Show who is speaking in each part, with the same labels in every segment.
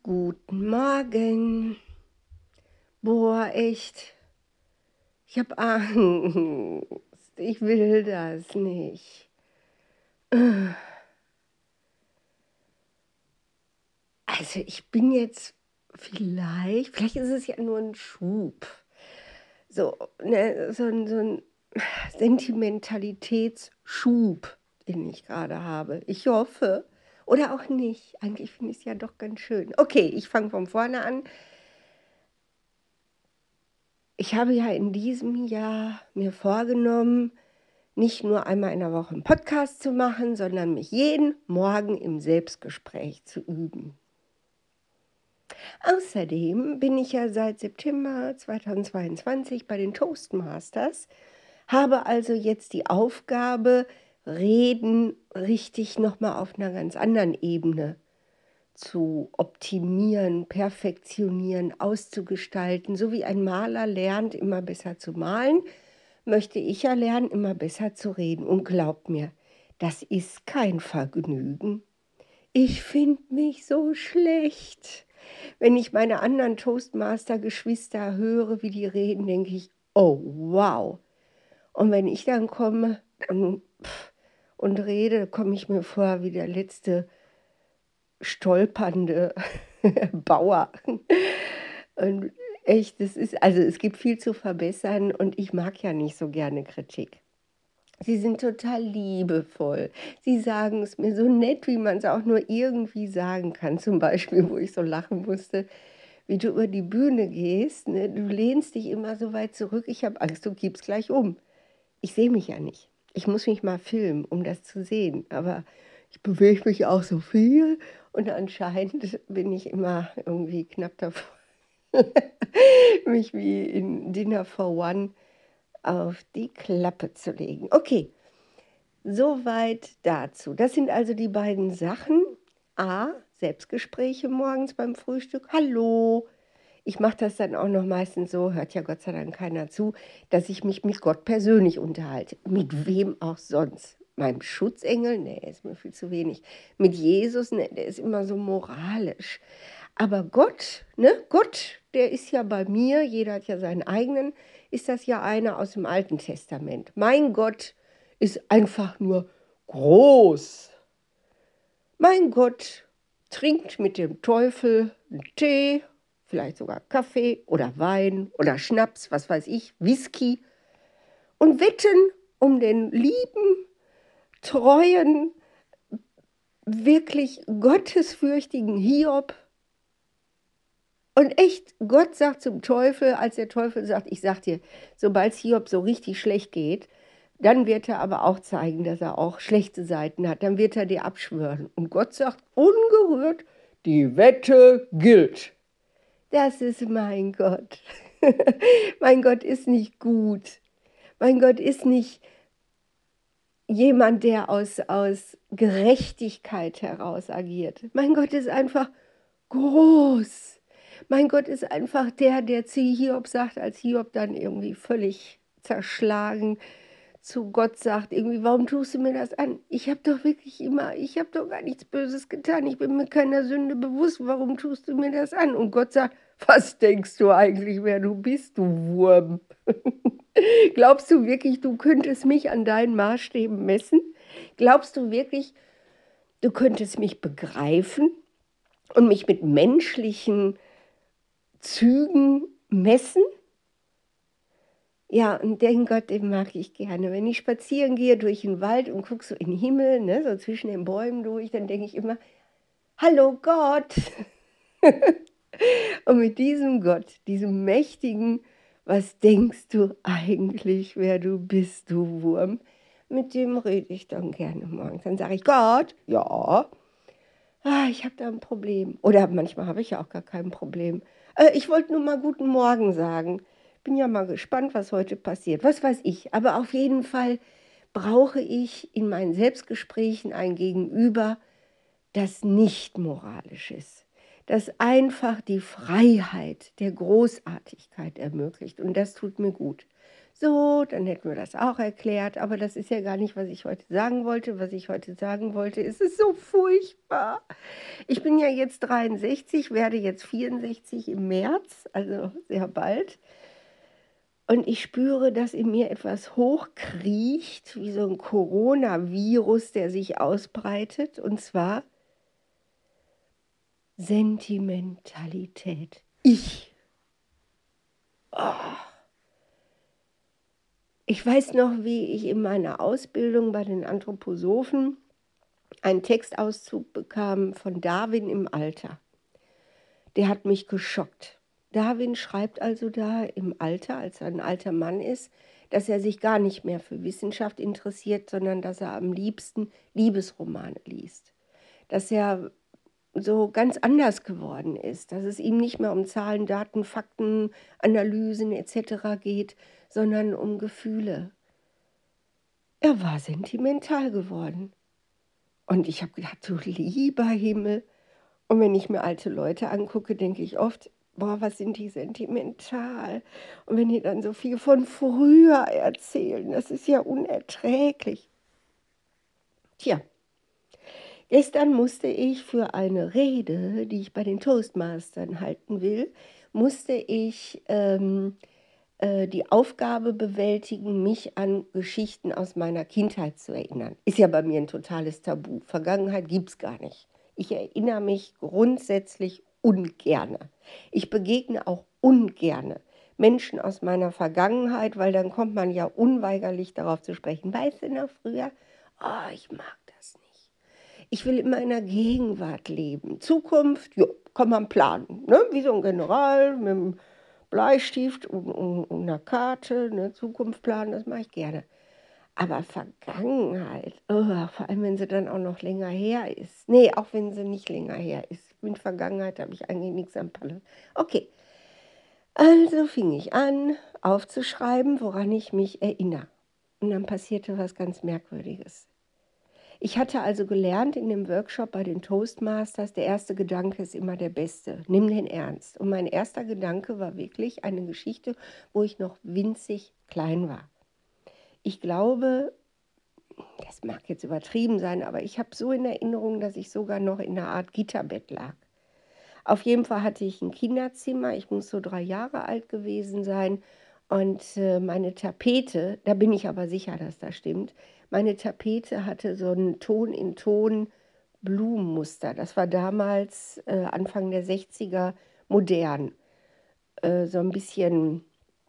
Speaker 1: Guten Morgen. Boah, echt. Ich habe Angst. Ich will das nicht. Also ich bin jetzt vielleicht ist es ja nur ein Schub. So, ne, so ein Sentimentalitätsschub, den ich gerade habe. Ich hoffe. Oder auch nicht. Eigentlich finde ich es ja doch ganz schön. Okay, ich fange von vorne an. Ich habe ja in diesem Jahr mir vorgenommen, nicht nur einmal in der Woche einen Podcast zu machen, sondern mich jeden Morgen im Selbstgespräch zu üben. Außerdem bin ich ja seit September 2022 bei den Toastmasters, habe also jetzt die Aufgabe, Reden richtig nochmal auf einer ganz anderen Ebene zu optimieren, perfektionieren, auszugestalten. So wie ein Maler lernt, immer besser zu malen, möchte ich ja lernen, immer besser zu reden. Und glaubt mir, das ist kein Vergnügen. Ich finde mich so schlecht. Wenn ich meine anderen Toastmaster-Geschwister höre, wie die reden, denke ich, oh wow. Und wenn ich dann komme und rede, komme ich mir vor wie der letzte stolpernde Bauer. Und echt, also es gibt viel zu verbessern und ich mag ja nicht so gerne Kritik. Sie sind total liebevoll. Sie sagen es mir so nett, wie man es auch nur irgendwie sagen kann. Zum Beispiel, wo ich so lachen musste, wie du über die Bühne gehst, ne? Du lehnst dich immer so weit zurück. Ich habe Angst, du kippst gleich um. Ich sehe mich ja nicht. Ich muss mich mal filmen, um das zu sehen. Aber ich bewege mich auch so viel und anscheinend bin ich immer irgendwie knapp davor, mich wie in Dinner for One auf die Klappe zu legen. Okay, soweit dazu. Das sind also die beiden Sachen. A, Selbstgespräche morgens beim Frühstück. Hallo. Ich mache das dann auch noch meistens so, hört ja Gott sei Dank keiner zu, dass ich mich mit Gott persönlich unterhalte. Mit wem auch sonst. Meinem Schutzengel? Nee, ist mir viel zu wenig. Mit Jesus? Nee, der ist immer so moralisch. Aber Gott, ne? Gott, der ist ja bei mir, jeder hat ja seinen eigenen, ist das ja einer aus dem Alten Testament. Mein Gott ist einfach nur groß. Mein Gott trinkt mit dem Teufel einen Tee, vielleicht sogar Kaffee oder Wein oder Schnaps, was weiß ich, Whisky und wetten um den lieben, treuen, wirklich gottesfürchtigen Hiob. Und echt, Gott sagt zum Teufel, als der Teufel sagt, ich sag dir, sobald es Hiob so richtig schlecht geht, dann wird er aber auch zeigen, dass er auch schlechte Seiten hat. Dann wird er dir abschwören. Und Gott sagt ungerührt, die Wette gilt. Das ist mein Gott. Mein Gott ist nicht gut. Mein Gott ist nicht jemand, der aus Gerechtigkeit heraus agiert. Mein Gott ist einfach groß. Mein Gott ist einfach der zu Hiob sagt, als Hiob dann irgendwie völlig zerschlagen zu Gott sagt, irgendwie, warum tust du mir das an? Ich habe doch gar nichts Böses getan. Ich bin mir keiner Sünde bewusst. Warum tust du mir das an? Und Gott sagt, was denkst du eigentlich, wer du bist, du Wurm? Glaubst du wirklich, du könntest mich an deinen Maßstäben messen? Glaubst du wirklich, du könntest mich begreifen und mich mit menschlichen Zügen messen? Ja, und den Gott, den mag ich gerne. Wenn ich spazieren gehe durch den Wald und gucke so in den Himmel, ne, so zwischen den Bäumen durch, dann denke ich immer, hallo Gott. Und mit diesem Gott, diesem mächtigen, was denkst du eigentlich, wer du bist, du Wurm? Mit dem rede ich dann gerne morgens. Dann sage ich, Gott, ja, ich habe da ein Problem. Oder manchmal habe ich ja auch gar kein Problem. Ich wollte nur mal guten Morgen sagen. Bin ja mal gespannt, was heute passiert. Was weiß ich. Aber auf jeden Fall brauche ich in meinen Selbstgesprächen ein Gegenüber, das nicht moralisch ist. Das einfach die Freiheit der Großartigkeit ermöglicht. Und das tut mir gut. So, dann hätten wir das auch erklärt, aber das ist ja gar nicht, was ich heute sagen wollte. Was ich heute sagen wollte, ist es so furchtbar. Ich bin ja jetzt 63, werde jetzt 64 im März, also sehr bald. Und ich spüre, dass in mir etwas hochkriecht, wie so ein Coronavirus, der sich ausbreitet, und zwar Sentimentalität. Ich weiß noch, wie ich in meiner Ausbildung bei den Anthroposophen einen Textauszug bekam von Darwin im Alter. Der hat mich geschockt. Darwin schreibt also da im Alter, als er ein alter Mann ist, dass er sich gar nicht mehr für Wissenschaft interessiert, sondern dass er am liebsten Liebesromane liest. Dass er so ganz anders geworden ist, dass es ihm nicht mehr um Zahlen, Daten, Fakten, Analysen etc. geht, sondern um Gefühle. Er war sentimental geworden. Und ich habe gedacht, du lieber Himmel. Und wenn ich mir alte Leute angucke, denke ich oft, boah, was sind die sentimental. Und wenn die dann so viel von früher erzählen, das ist ja unerträglich. Tja, gestern musste ich für eine Rede, die ich bei den Toastmastern halten will, musste ich die Aufgabe bewältigen, mich an Geschichten aus meiner Kindheit zu erinnern. Ist ja bei mir ein totales Tabu. Vergangenheit gibt es gar nicht. Ich erinnere mich grundsätzlich ungerne. Ich begegne auch ungerne Menschen aus meiner Vergangenheit, weil dann kommt man ja unweigerlich darauf zu sprechen. Weißt du noch früher? Oh, ich mag das nicht. Ich will immer in der Gegenwart leben. Zukunft, jo, kann man planen. Ne? Wie so ein General mit einem Bleistift und einer Karte, eine Zukunft planen, das mache ich gerne. Aber Vergangenheit, vor allem wenn sie dann auch noch länger her ist. Nee, auch wenn sie nicht länger her ist. Mit Vergangenheit habe ich eigentlich nichts am Palle. Okay, also fing ich an, aufzuschreiben, woran ich mich erinnere. Und dann passierte was ganz Merkwürdiges. Ich hatte also gelernt in dem Workshop bei den Toastmasters, der erste Gedanke ist immer der beste. Nimm den ernst. Und mein erster Gedanke war wirklich eine Geschichte, wo ich noch winzig klein war. Ich glaube, das mag jetzt übertrieben sein, aber ich habe so in Erinnerung, dass ich sogar noch in einer Art Gitterbett lag. Auf jeden Fall hatte ich ein Kinderzimmer, ich muss so 3 Jahre alt gewesen sein und meine Tapete, da bin ich aber sicher, dass das stimmt, meine Tapete hatte so ein Ton in Ton Blumenmuster. Das war damals Anfang der 60er modern, so ein bisschen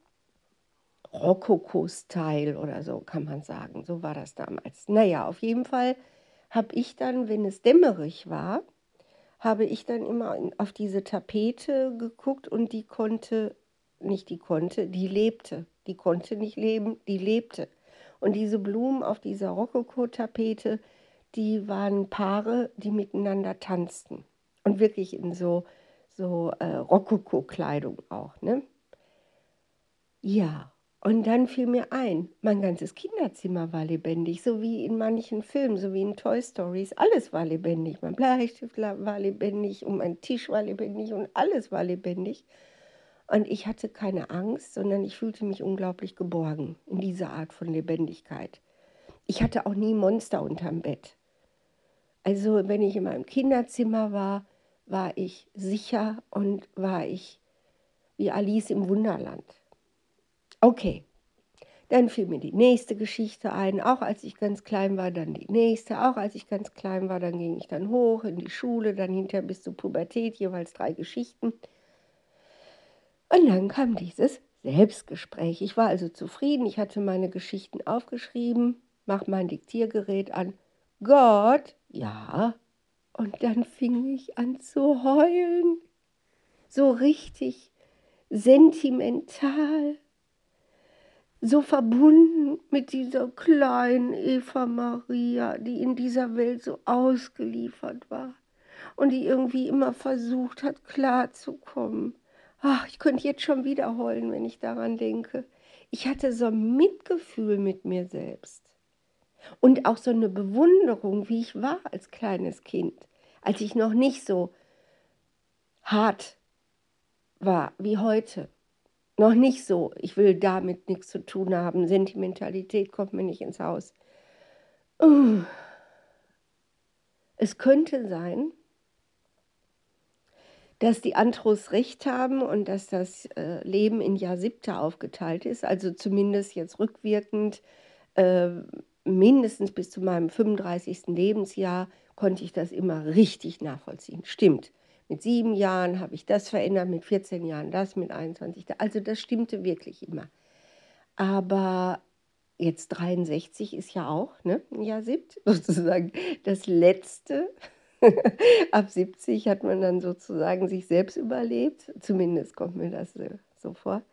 Speaker 1: Rokoko-Style oder so kann man sagen. So war das damals. Naja, auf jeden Fall habe ich dann, wenn es dämmerig war, habe ich dann immer auf diese Tapete geguckt und die konnte, nicht die konnte, die lebte. Die konnte nicht leben, die lebte. Und diese Blumen auf dieser Rokoko-Tapete, die waren Paare, die miteinander tanzten. Und wirklich in so Rokoko-Kleidung auch, ne? Ja, und dann fiel mir ein, mein ganzes Kinderzimmer war lebendig, so wie in manchen Filmen, so wie in Toy Stories. Alles war lebendig. Mein Bleistift war lebendig und mein Tisch war lebendig und alles war lebendig. Und ich hatte keine Angst, sondern ich fühlte mich unglaublich geborgen in dieser Art von Lebendigkeit. Ich hatte auch nie Monster unterm Bett. Also wenn ich in meinem Kinderzimmer war, war ich sicher und war ich wie Alice im Wunderland. Okay. Dann fiel mir die nächste Geschichte ein, auch als ich ganz klein war, dann die nächste, auch als ich ganz klein war, dann ging ich dann hoch in die Schule, dann hinterher bis zur Pubertät, jeweils 3 Geschichten. Und dann kam dieses Selbstgespräch. Ich war also zufrieden, ich hatte meine Geschichten aufgeschrieben, mach mein Diktiergerät an. Gott, ja. Und dann fing ich an zu heulen. So richtig sentimental. So verbunden mit dieser kleinen Eva Maria, die in dieser Welt so ausgeliefert war und die irgendwie immer versucht hat, klarzukommen. Ach, ich könnte jetzt schon wieder heulen, wenn ich daran denke. Ich hatte so ein Mitgefühl mit mir selbst und auch so eine Bewunderung, wie ich war als kleines Kind, als ich noch nicht so hart war wie heute. Noch nicht so. Ich will damit nichts zu tun haben. Sentimentalität kommt mir nicht ins Haus. Uh, Es könnte sein, dass die Andros recht haben und dass das Leben in Jahr siebte aufgeteilt ist, also zumindest jetzt rückwirkend, äh, mindestens bis zu meinem 35. Lebensjahr konnte ich das immer richtig nachvollziehen. Stimmt. Mit 7 Jahren habe ich das verändert, mit 14 Jahren das, mit 21. Also das stimmte wirklich immer. Aber jetzt 63 ist ja auch, ne, ein Jahr siebt, sozusagen das Letzte. Ab 70 hat man dann sozusagen sich selbst überlebt. Zumindest kommt mir das so vor.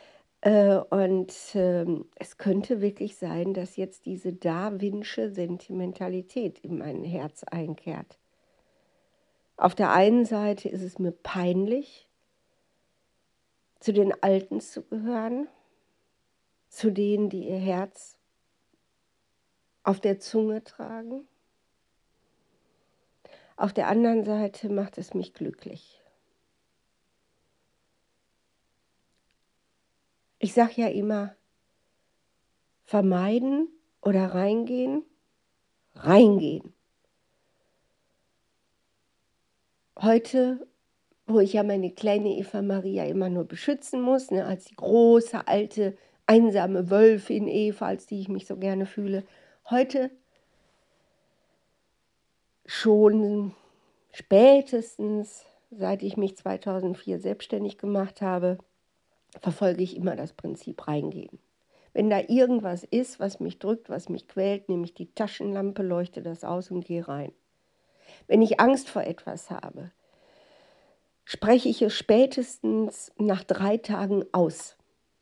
Speaker 1: Es könnte wirklich sein, dass jetzt diese darwinsche Sentimentalität in mein Herz einkehrt. Auf der einen Seite ist es mir peinlich, zu den Alten zu gehören, zu denen, die ihr Herz auf der Zunge tragen. Auf der anderen Seite macht es mich glücklich. Ich sage ja immer, vermeiden oder reingehen, reingehen. Heute, wo ich ja meine kleine Eva Maria immer nur beschützen muss, ne, als die große, alte, einsame Wölfin Eva, als die ich mich so gerne fühle, heute schon spätestens, seit ich mich 2004 selbstständig gemacht habe, verfolge ich immer das Prinzip reingehen. Wenn da irgendwas ist, was mich drückt, was mich quält, nehme ich die Taschenlampe, leuchte das aus und gehe rein. Wenn ich Angst vor etwas habe, spreche ich es spätestens nach 3 Tagen aus.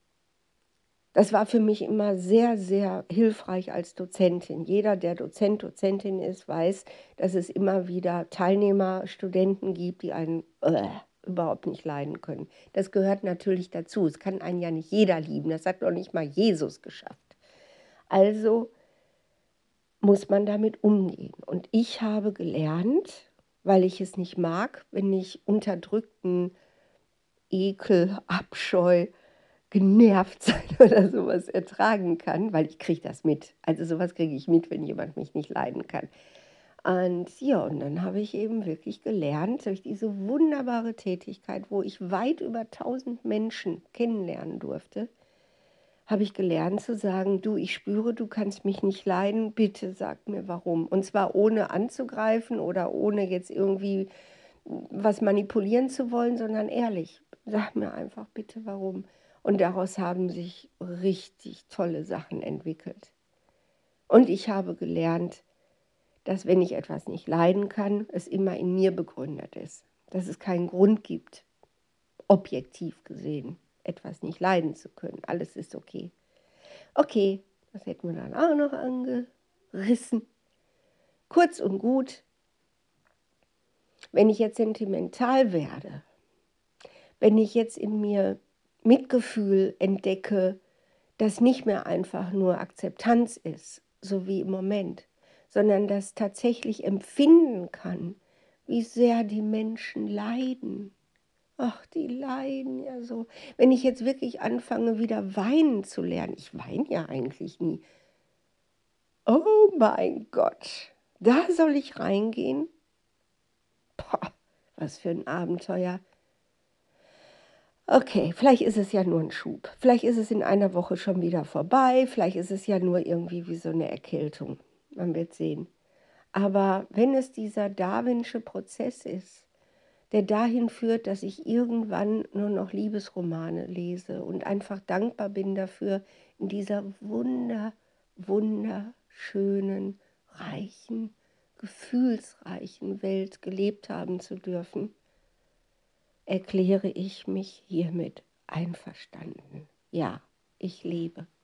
Speaker 1: Das war für mich immer sehr, sehr hilfreich als Dozentin. Jeder, der Dozent, Dozentin ist, weiß, dass es immer wieder Teilnehmer, Studenten gibt, die einen überhaupt nicht leiden können. Das gehört natürlich dazu. Es kann einen ja nicht jeder lieben. Das hat noch nicht mal Jesus geschafft. Also muss man damit umgehen. Und ich habe gelernt, weil ich es nicht mag, wenn ich unterdrückten Ekel, Abscheu, genervt sein oder sowas ertragen kann, weil ich kriege das mit. Also sowas kriege ich mit, wenn jemand mich nicht leiden kann. Und ja, und dann habe ich eben wirklich gelernt, durch diese wunderbare Tätigkeit, wo ich weit über 1000 Menschen kennenlernen durfte, habe ich gelernt zu sagen, du, ich spüre, du kannst mich nicht leiden, bitte sag mir warum. Und zwar ohne anzugreifen oder ohne jetzt irgendwie was manipulieren zu wollen, sondern ehrlich, sag mir einfach bitte warum. Und daraus haben sich richtig tolle Sachen entwickelt. Und ich habe gelernt, dass wenn ich etwas nicht leiden kann, es immer in mir begründet ist. Dass es keinen Grund gibt, objektiv gesehen, etwas nicht leiden zu können. Alles ist okay. Okay, das hätten wir dann auch noch angerissen. Kurz und gut, wenn ich jetzt sentimental werde, wenn ich jetzt in mir Mitgefühl entdecke, das nicht mehr einfach nur Akzeptanz ist, so wie im Moment, sondern das tatsächlich empfinden kann, wie sehr die Menschen leiden. Ach, die leiden ja so. Wenn ich jetzt wirklich anfange, wieder weinen zu lernen, ich weine ja eigentlich nie. Oh mein Gott, da soll ich reingehen? Boah, was für ein Abenteuer. Okay, vielleicht ist es ja nur ein Schub. Vielleicht ist es in einer Woche schon wieder vorbei. Vielleicht ist es ja nur irgendwie wie so eine Erkältung. Man wird sehen. Aber wenn es dieser darwinsche Prozess ist, der dahin führt, dass ich irgendwann nur noch Liebesromane lese und einfach dankbar bin dafür, in dieser wunderschönen, reichen, gefühlsreichen Welt gelebt haben zu dürfen, erkläre ich mich hiermit einverstanden. Ja, ich lebe.